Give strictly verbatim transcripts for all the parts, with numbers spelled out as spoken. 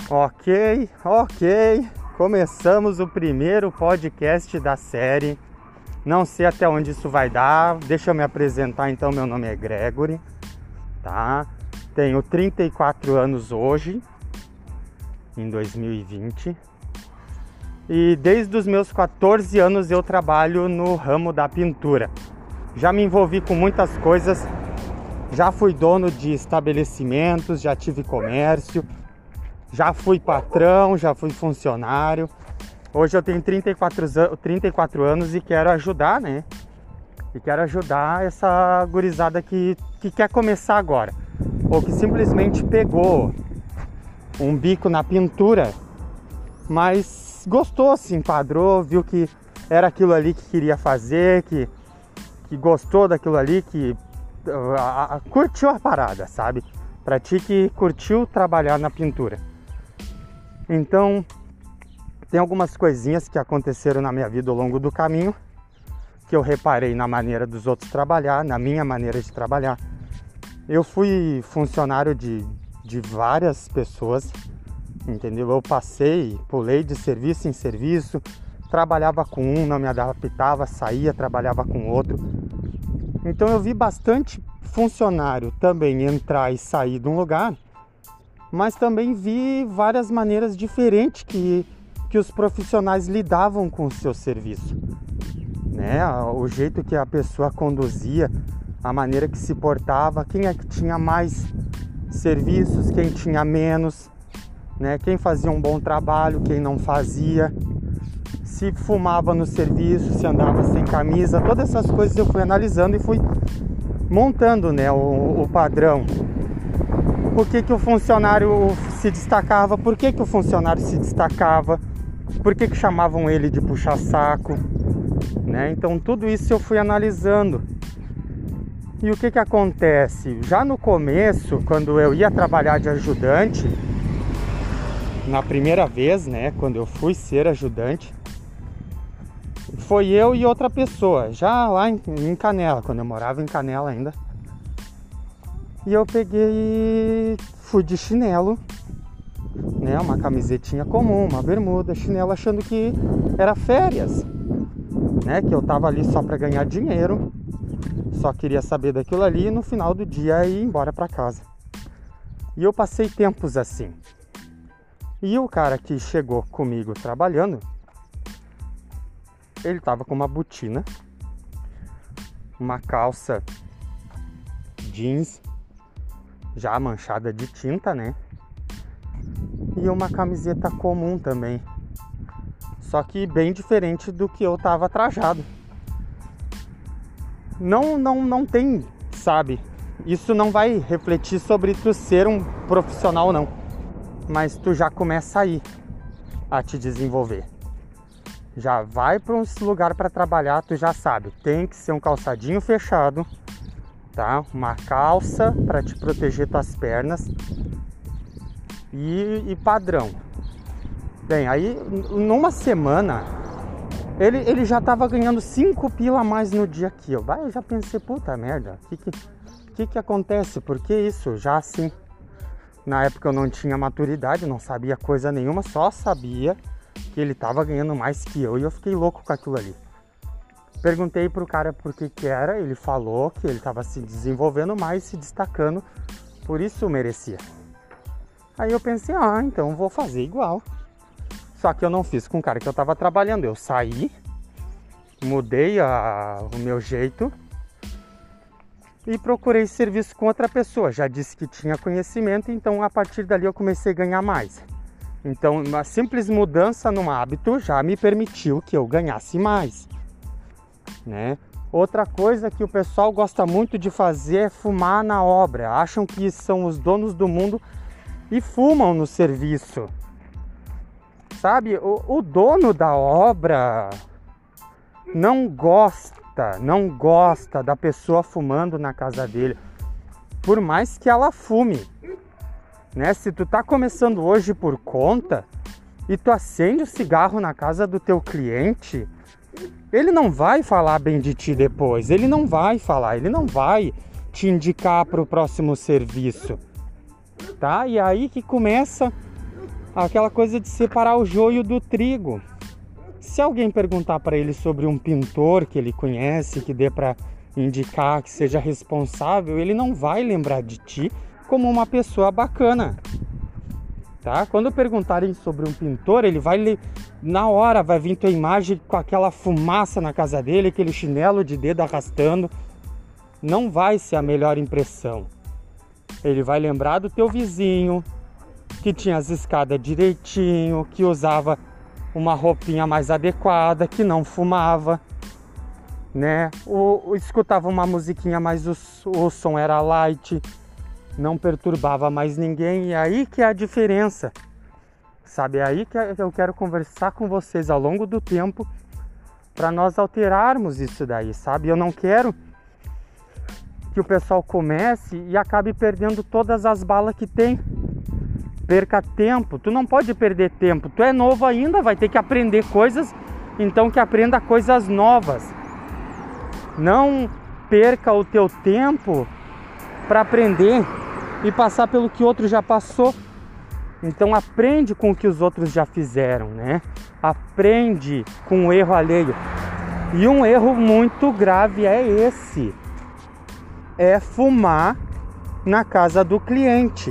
Ok, ok. Começamos o primeiro podcast da série. Não sei até onde isso vai dar. Deixa eu me apresentar então. Meu nome é Gregory, tá? Tenho trinta e quatro anos hoje, em dois mil e vinte. E desde os meus quatorze anos eu trabalho no ramo da pintura. Já me envolvi com muitas coisas. Já fui dono de estabelecimentos, já tive comércio, já fui patrão, já fui funcionário. Hoje eu tenho trinta e quatro anos e quero ajudar, né? E quero ajudar essa gurizada que, que quer começar agora. Ou que simplesmente pegou um bico na pintura, mas gostou, se enquadrou, viu que era aquilo ali que queria fazer, que, que gostou daquilo ali, que a, a, curtiu a parada, sabe? Pra ti que curtiu trabalhar na pintura. Então, tem algumas coisinhas que aconteceram na minha vida ao longo do caminho, que eu reparei na maneira dos outros trabalhar, na minha maneira de trabalhar. Eu fui funcionário de, de várias pessoas, entendeu? Eu passei, pulei de serviço em serviço, trabalhava com um, não me adaptava, saía, trabalhava com outro. Então eu vi bastante funcionário também entrar e sair de um lugar, mas também vi várias maneiras diferentes que, que os profissionais lidavam com o seu serviço, né? O jeito que a pessoa conduzia, a maneira que se portava, quem é que tinha mais serviços, quem tinha menos, né? Quem fazia um bom trabalho, quem não fazia, se fumava no serviço, se andava sem camisa, todas essas coisas eu fui analisando e fui montando, né, o, o padrão. Por que que o funcionário se destacava, por que que o funcionário se destacava, por que que chamavam ele de puxa-saco, né? Então tudo isso eu fui analisando. E o que que acontece? Já no começo, quando eu ia trabalhar de ajudante, na primeira vez, né, quando eu fui ser ajudante, foi eu e outra pessoa, já lá em, em Canela, quando eu morava em Canela ainda. E eu peguei e fui de chinelo, né, uma camisetinha comum, uma bermuda, chinelo, achando que era férias, né, que eu tava ali só para ganhar dinheiro, só queria saber daquilo ali e no final do dia ir embora para casa. E eu passei tempos assim. E o cara que chegou comigo trabalhando, ele tava com uma botina, uma calça jeans já manchada de tinta, né? E uma camiseta comum também. Só que bem diferente do que eu tava trajado. Não, não, não tem, sabe? Isso não vai refletir sobre tu ser um profissional, não. Mas tu já começa a ir a te desenvolver. Já vai para um lugar para trabalhar, tu já sabe, tem que ser um calçadinho fechado, tá? Uma calça para te proteger tuas pernas e, e padrão. Bem, aí numa semana ele, ele já tava ganhando cinco pila a mais no dia que eu. Vai, eu já pensei, puta merda, o que que, que que acontece? Por que isso? Já assim, na época eu não tinha maturidade, não sabia coisa nenhuma, só sabia que ele tava ganhando mais que eu e eu fiquei louco com aquilo ali. Perguntei pro cara por que que era, ele falou que ele tava se desenvolvendo mais, se destacando, por isso merecia. Aí eu pensei, ah, então vou fazer igual. Só que eu não fiz com o cara que eu tava trabalhando, eu saí, mudei a, o meu jeito e procurei serviço com outra pessoa. Já disse que tinha conhecimento, então a partir dali eu comecei a ganhar mais. Então, uma simples mudança no hábito já me permitiu que eu ganhasse mais, né? Outra coisa que o pessoal gosta muito de fazer é fumar na obra. Acham que são os donos do mundo e fumam no serviço. Sabe, o, o dono da obra não gosta, não gosta da pessoa fumando na casa dele, por mais que ela fume. Né? Se tu tá começando hoje por conta e tu acende o cigarro na casa do teu cliente, ele não vai falar bem de ti depois, ele não vai falar, ele não vai te indicar para o próximo serviço, tá? E aí que começa aquela coisa de separar o joio do trigo. Se alguém perguntar para ele sobre um pintor que ele conhece, que dê para indicar, que seja responsável, ele não vai lembrar de ti como uma pessoa bacana, tá? Quando perguntarem sobre um pintor, ele vai, na hora, vai vir tua imagem com aquela fumaça na casa dele, aquele chinelo de dedo arrastando. Não vai ser a melhor impressão. Ele vai lembrar do teu vizinho, que tinha as escadas direitinho, que usava uma roupinha mais adequada, que não fumava, né? O, o escutava uma musiquinha, mas o, o som era light, não perturbava mais ninguém. E aí que é a diferença, sabe? É aí que eu quero conversar com vocês ao longo do tempo para nós alterarmos isso daí, sabe? Eu não quero que o pessoal comece e acabe perdendo todas as balas que tem. Perca tempo, tu não pode perder tempo, tu é novo ainda, vai ter que aprender coisas, então que aprenda coisas novas. Não perca o teu tempo para aprender e passar pelo que outro já passou. Então aprende com o que os outros já fizeram, né? Aprende com o erro alheio. E um erro muito grave é esse, é fumar na casa do cliente.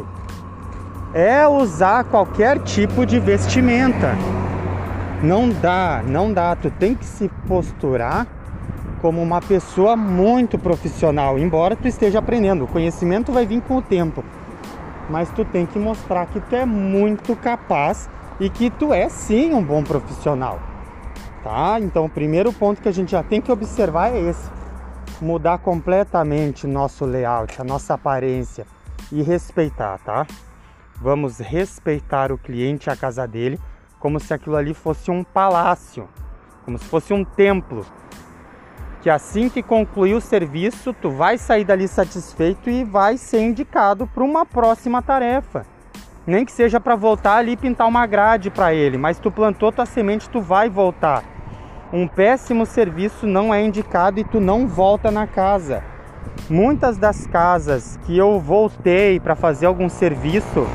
É usar qualquer tipo de vestimenta. Não dá, não dá. Tu tem que se posturar como uma pessoa muito profissional, embora tu esteja aprendendo. O conhecimento vai vir com o tempo, mas tu tem que mostrar que tu é muito capaz e que tu é sim um bom profissional, tá? Então o primeiro ponto que a gente já tem que observar é esse: mudar completamente nosso layout, a nossa aparência e respeitar, tá? Vamos respeitar o cliente e a casa dele como se aquilo ali fosse um palácio, como se fosse um templo, que assim que concluir o serviço, tu vai sair dali satisfeito e vai ser indicado para uma próxima tarefa. Nem que seja para voltar ali e pintar uma grade para ele, mas tu plantou tua semente, tu vai voltar. Um péssimo serviço não é indicado e tu não volta na casa. Muitas das casas que eu voltei para fazer algum serviço,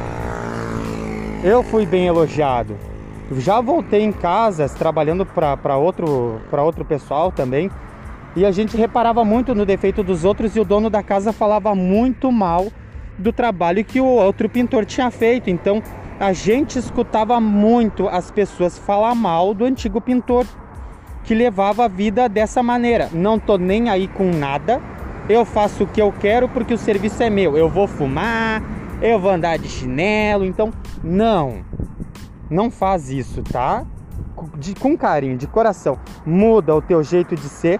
eu fui bem elogiado. Já voltei em casas trabalhando para outro, para outro pessoal também, e a gente reparava muito no defeito dos outros e o dono da casa falava muito mal do trabalho que o outro pintor tinha feito. Então a gente escutava muito as pessoas falar mal do antigo pintor, que levava a vida dessa maneira: não tô nem aí com nada, eu faço o que eu quero porque o serviço é meu, eu vou fumar, eu vou andar de chinelo. Então não, não faz isso, tá? De, com carinho, de coração, muda o teu jeito de ser,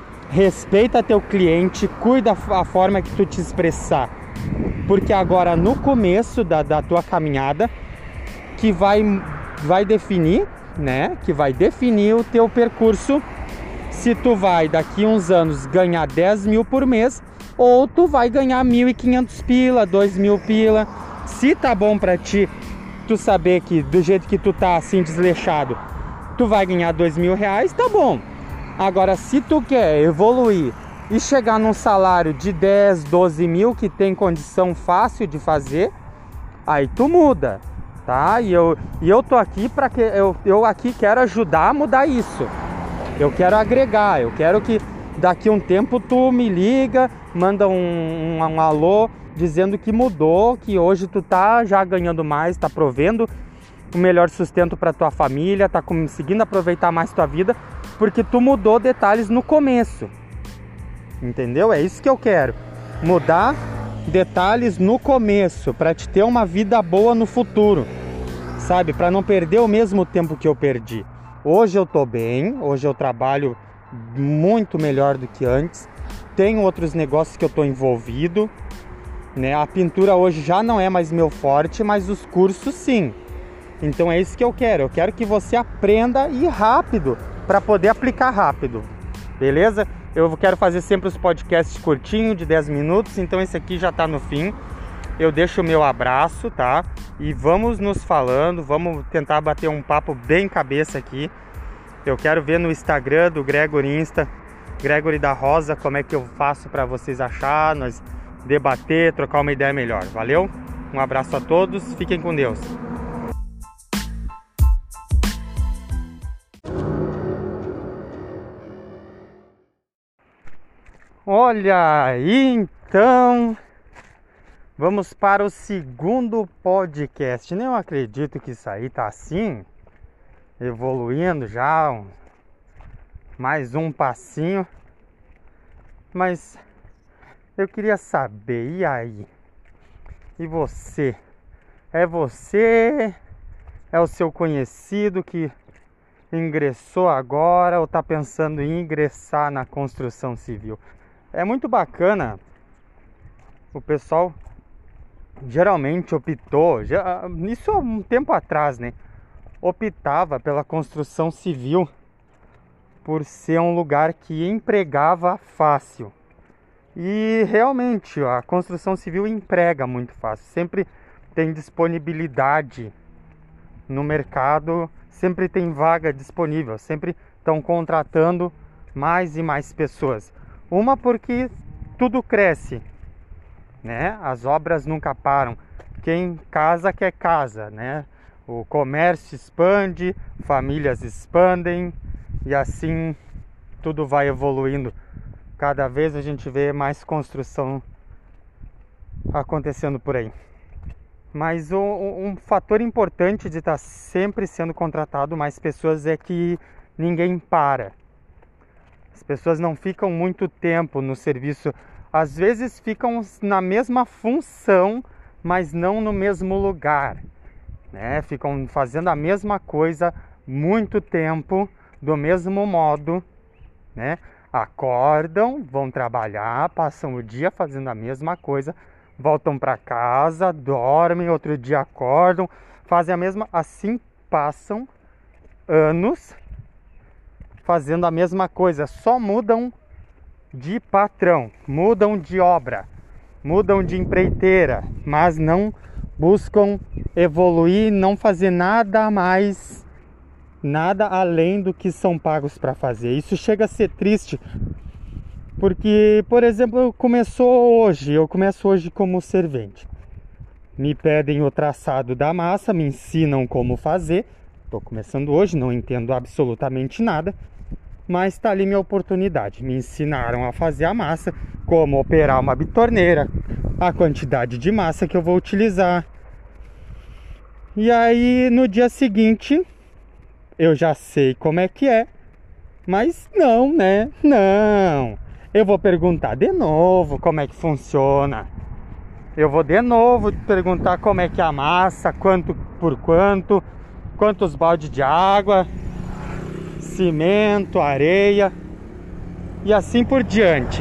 respeita teu cliente, cuida a forma que tu te expressar, porque agora no começo da, da tua caminhada que vai, vai definir, né? Que vai definir o teu percurso, se tu vai daqui uns anos ganhar dez mil por mês ou tu vai ganhar mil e quinhentos pila, dois mil pila. Se tá bom pra ti, tu saber que do jeito que tu tá assim desleixado, tu vai ganhar dois mil reais, tá bom. Agora, se tu quer evoluir e chegar num salário de dez, doze mil, que tem condição fácil de fazer, aí tu muda, tá? E eu, e eu tô aqui para que eu, eu aqui quero ajudar a mudar isso. Eu quero agregar, eu quero que daqui a um tempo tu me liga, manda um, um, um alô dizendo que mudou, que hoje tu tá já ganhando mais, tá provendo o melhor sustento para tua família, tá conseguindo aproveitar mais tua vida, porque tu mudou detalhes no começo. Entendeu? É isso que eu quero. Mudar detalhes no começo para te ter uma vida boa no futuro, sabe? Para não perder o mesmo tempo que eu perdi. Hoje eu tô bem, hoje eu trabalho muito melhor do que antes. Tenho outros negócios que eu tô envolvido, né? A pintura hoje já não é mais meu forte, mas os cursos sim. Então é isso que eu quero. Eu quero que você aprenda e rápido para poder aplicar rápido. Beleza? Eu quero fazer sempre os podcasts curtinhos, de dez minutos. Então esse aqui já tá no fim. Eu deixo o meu abraço, tá? E vamos nos falando, vamos tentar bater um papo bem cabeça aqui. Eu quero ver no Instagram do Gregory Insta, Gregory da Rosa, como é que eu faço para vocês achar, nós debater, trocar uma ideia melhor. Valeu? Um abraço a todos, fiquem com Deus. Olha aí, então, vamos para o segundo podcast. Nem eu acredito que isso aí tá assim, evoluindo já, um, mais um passinho. Mas eu queria saber, e aí? E você? É você? É o seu conhecido que ingressou agora ou tá pensando em ingressar na construção civil? É muito bacana. O pessoal geralmente optou, já, isso há um tempo atrás, né? Optava pela construção civil por ser um lugar que empregava fácil. E realmente a construção civil emprega muito fácil. Sempre tem disponibilidade no mercado, sempre tem vaga disponível, sempre estão contratando mais e mais pessoas. Uma porque tudo cresce, né? As obras nunca param. Quem casa quer casa, né? O comércio expande, famílias expandem e assim tudo vai evoluindo. Cada vez a gente vê mais construção acontecendo por aí. Mas um, um fator importante de estar sempre sendo contratado mais pessoas é que ninguém para. As pessoas não ficam muito tempo no serviço. Às vezes ficam na mesma função, mas não no mesmo lugar, né? Ficam fazendo a mesma coisa muito tempo, do mesmo modo, né? Acordam, vão trabalhar, passam o dia fazendo a mesma coisa, voltam para casa, dormem, outro dia acordam, fazem a mesma... Assim passam anos fazendo a mesma coisa, só mudam de patrão, mudam de obra, mudam de empreiteira, mas não buscam evoluir, não fazer nada mais, nada além do que são pagos para fazer. Isso chega a ser triste, porque, por exemplo, começou hoje, eu começo hoje como servente. Me pedem o traçado da massa, me ensinam como fazer. Estou começando hoje, não entendo absolutamente nada, mas está ali minha oportunidade. Me ensinaram a fazer a massa, como operar uma bitorneira, a quantidade de massa que eu vou utilizar. E aí no dia seguinte eu já sei como é que é, mas não, né? Não. Eu vou perguntar de novo como é que funciona. Eu vou de novo perguntar como é que é a massa, quanto por quanto, quantos baldes de água, cimento, areia e assim por diante.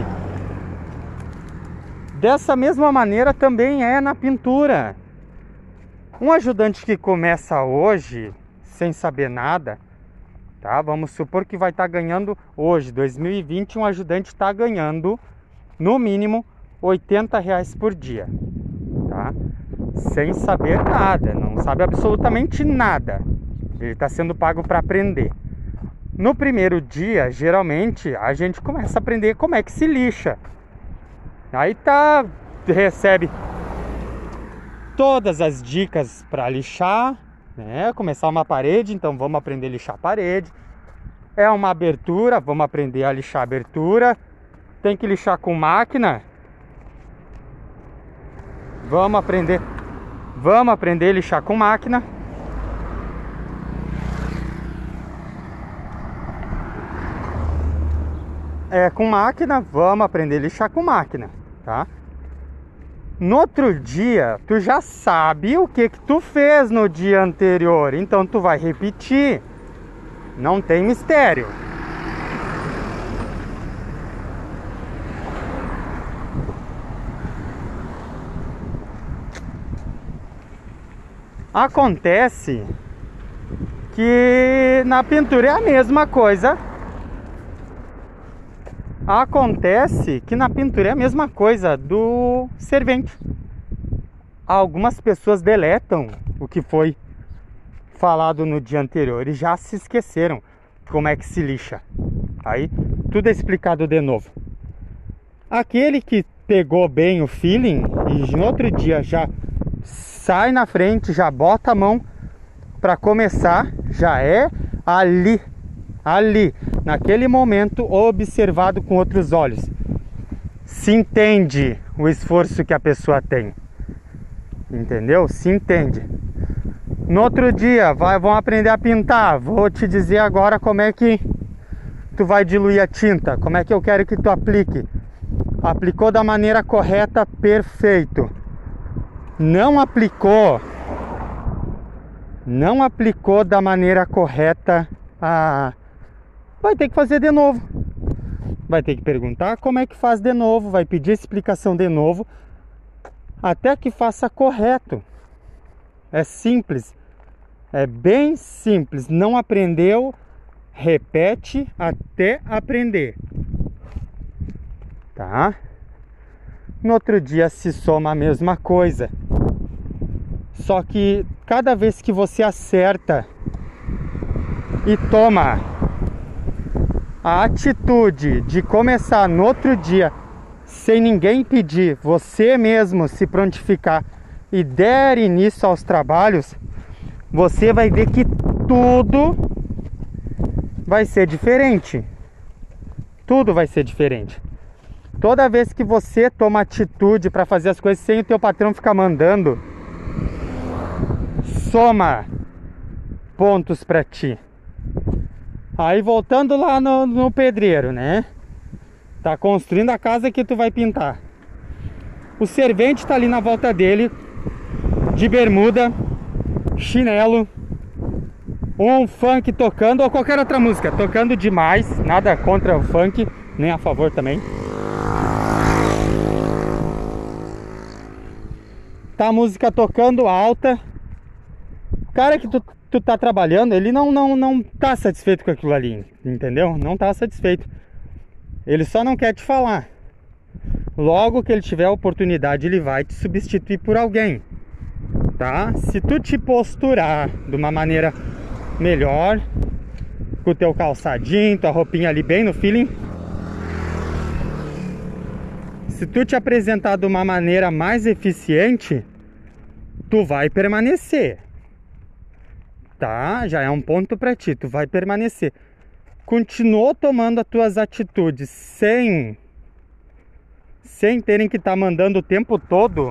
Dessa mesma maneira também é na pintura. Um ajudante que começa hoje sem saber nada, tá? Vamos supor que vai estar ganhando hoje, dois mil e vinte, um ajudante está ganhando no mínimo oitenta reais por dia, tá? Sem saber nada, não sabe absolutamente nada. Ele está sendo pago para aprender. No primeiro dia, geralmente, a gente começa a aprender como é que se lixa. Aí tá, recebe todas as dicas para lixar, né? Começar uma parede, então vamos aprender a lixar a parede. É uma abertura, vamos aprender a lixar a abertura. Tem que lixar com máquina. Vamos aprender, vamos aprender a lixar com máquina. É com máquina, vamos aprender a lixar com máquina, tá? No outro dia, tu já sabe o que que tu fez no dia anterior, então tu vai repetir. Não tem mistério. Acontece que na pintura é a mesma coisa. Acontece que na pintura é a mesma coisa do servente. Algumas pessoas deletam o que foi falado no dia anterior e já se esqueceram como é que se lixa. Aí tudo é explicado de novo. Aquele que pegou bem o feeling e no outro dia já sai na frente, já bota a mão para começar, já é ali, ali, naquele momento observado com outros olhos. se entende o esforço que a pessoa tem. Entendeu? Se entende. No outro dia, vai, vão aprender a pintar. Vou te dizer agora como é que tu vai diluir a tinta. Como é que eu quero que tu aplique. Aplicou da maneira correta, perfeito. Não aplicou. Não aplicou da maneira correta, ah, vai ter que fazer de novo. Vai ter que perguntar como é que faz de novo. Vai pedir explicação de novo. Até que faça correto. É simples. É bem simples. Não aprendeu, repete até aprender. Tá? No outro dia se soma a mesma coisa. Só que cada vez que você acerta e toma a atitude de começar no outro dia sem ninguém pedir, você mesmo se prontificar e der início aos trabalhos, você vai ver que tudo vai ser diferente. Tudo vai ser diferente. Toda vez que você toma atitude para fazer as coisas sem o teu patrão ficar mandando, soma pontos para ti. Aí voltando lá no, no pedreiro, né? Tá construindo a casa que tu vai pintar. O servente tá ali na volta dele, de bermuda, chinelo, um funk tocando ou qualquer outra música, tocando demais, nada contra o funk, nem a favor também. Tá a música tocando alta. O cara que tu, tu tá trabalhando, ele não, não, não tá satisfeito com aquilo ali, entendeu? Não tá satisfeito. Ele só não quer te falar. Logo que ele tiver a oportunidade, ele vai te substituir por alguém, tá? Se tu te posturar de uma maneira melhor, com o teu calçadinho, tua roupinha ali bem no feeling, se tu te apresentar de uma maneira mais eficiente, tu vai permanecer, tá? Já é um ponto pra ti, tu vai permanecer. Continuou tomando as tuas atitudes sem sem terem que estar tá mandando o tempo todo,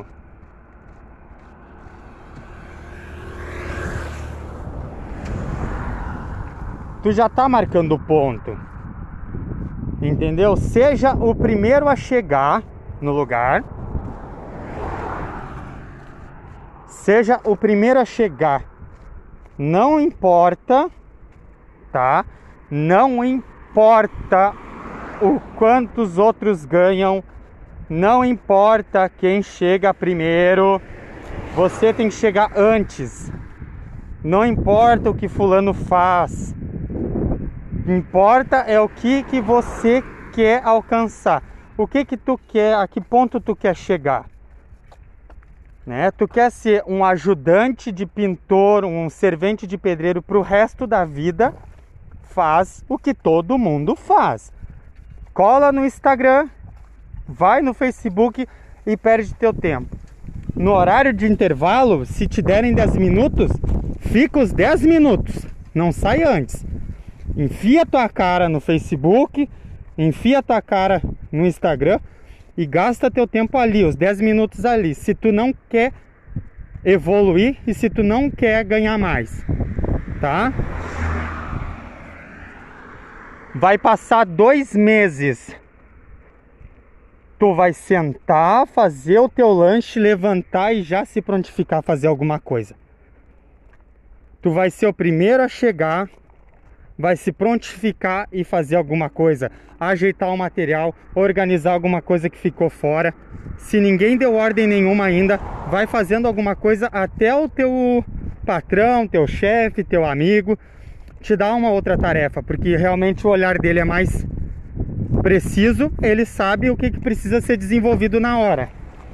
tu já tá marcando o ponto, entendeu? Seja o primeiro a chegar no lugar, seja o primeiro a chegar, não importa, tá? Não importa o quanto os outros ganham, não importa quem chega primeiro, você tem que chegar antes. Não importa o que fulano faz, importa é o que, que você quer alcançar. O que que tu quer, a que ponto tu quer chegar, né? Tu quer ser um ajudante de pintor, um servente de pedreiro para o resto da vida? Faz o que todo mundo faz. Cola no Instagram, vai no Facebook e perde teu tempo. No horário de intervalo, se te derem dez minutos, fica os dez minutos, não sai antes. Enfia tua cara no Facebook, enfia tua cara no Instagram e gasta teu tempo ali, os dez minutos ali. Se tu não quer evoluir e se tu não quer ganhar mais, tá? Vai passar dois meses. Tu vai sentar, fazer o teu lanche, levantar e já se prontificar a fazer alguma coisa. Tu vai ser o primeiro a chegar, vai se prontificar e fazer alguma coisa, ajeitar o material, organizar alguma coisa que ficou fora. Se ninguém deu ordem nenhuma ainda, vai fazendo alguma coisa até o teu patrão, teu chefe, teu amigo te dar uma outra tarefa, porque realmente o olhar dele é mais preciso, ele sabe o que, que precisa ser desenvolvido na hora.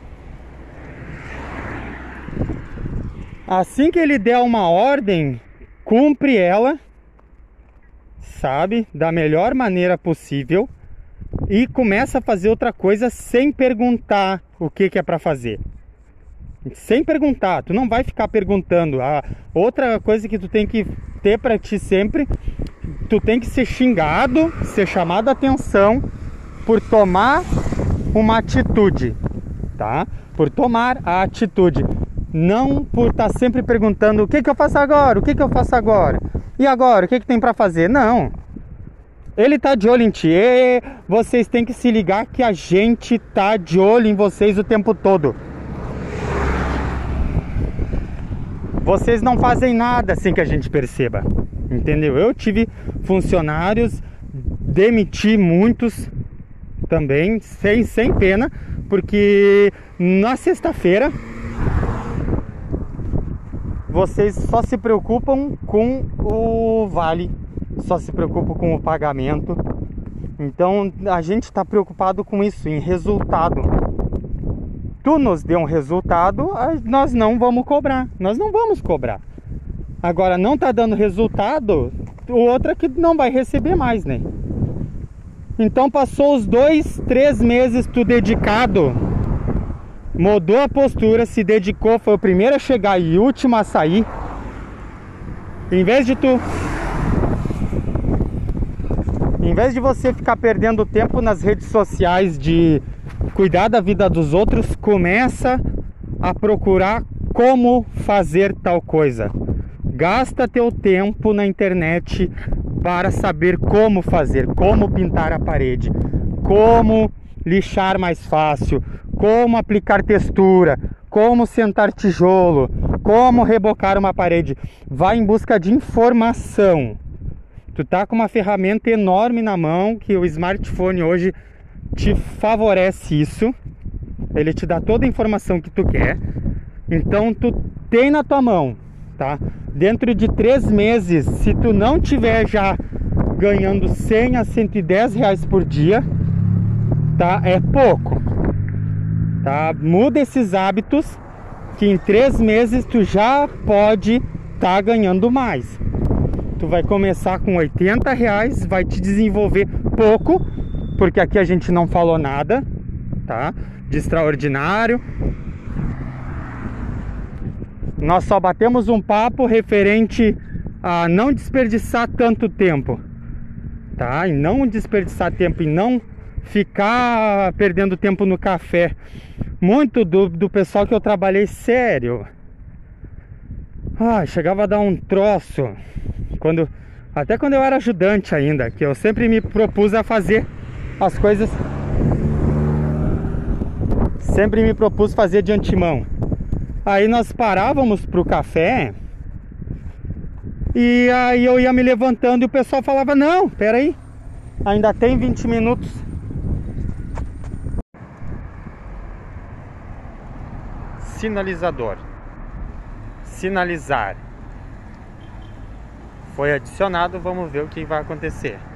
Assim que ele der uma ordem, cumpre ela, sabe, da melhor maneira possível e começa a fazer outra coisa sem perguntar o que, que é para fazer. Sem perguntar, tu não vai ficar perguntando. A outra coisa que tu tem que ter para ti sempre, tu tem que ser xingado, ser chamado a atenção por tomar uma atitude, tá? Por tomar a atitude. Não por estar sempre perguntando: o que que eu faço agora? O que que eu faço agora? E agora? O que que tem pra fazer? Não. Ele tá de olho em ti. E vocês têm que se ligar que a gente tá de olho em vocês o tempo todo. Vocês não fazem nada sem que a gente perceba. Entendeu? Eu tive funcionários, demiti muitos também, sem, sem pena, porque na sexta-feira vocês só se preocupam com o vale, só se preocupam com o pagamento. Então a gente está preocupado com isso, em resultado. Tu nos deu um resultado, nós não vamos cobrar, nós não vamos cobrar. Agora não tá dando resultado, o outro é que não vai receber mais, né? Então passou os dois, três meses tu dedicado, mudou a postura, se dedicou, foi o primeiro a chegar e o último a sair. Em vez de tu Em vez de você ficar perdendo tempo nas redes sociais de cuidar da vida dos outros, começa a procurar como fazer tal coisa. Gasta teu tempo na internet para saber como fazer, como pintar a parede, como lixar mais fácil, como aplicar textura, como sentar tijolo, como rebocar uma parede. Vai em busca de informação. Tu tá com uma ferramenta enorme na mão, que o smartphone hoje te favorece isso. Ele te dá toda a informação que tu quer. Então tu tem na tua mão, tá? Dentro de três meses, se tu não tiver já ganhando cem a cento e dez reais por dia, tá? É pouco, tá? Muda esses hábitos, que em três meses tu já pode tá ganhando mais. Tu vai começar com oitenta reais, vai te desenvolver pouco, porque aqui a gente não falou nada, tá? De extraordinário. Nós só batemos um papo referente a não desperdiçar tanto tempo, tá? E não desperdiçar tempo e não ficar perdendo tempo no café. Muito do, do pessoal que eu trabalhei, sério, ah, chegava a dar um troço quando, até quando eu era ajudante ainda, que eu sempre me propus a fazer as coisas, sempre me propus fazer de antemão. Aí nós parávamos pro café e aí eu ia me levantando e o pessoal falava: não, peraí, ainda tem vinte minutos. Sinalizador. Sinalizar. Foi adicionado, vamos ver o que vai acontecer.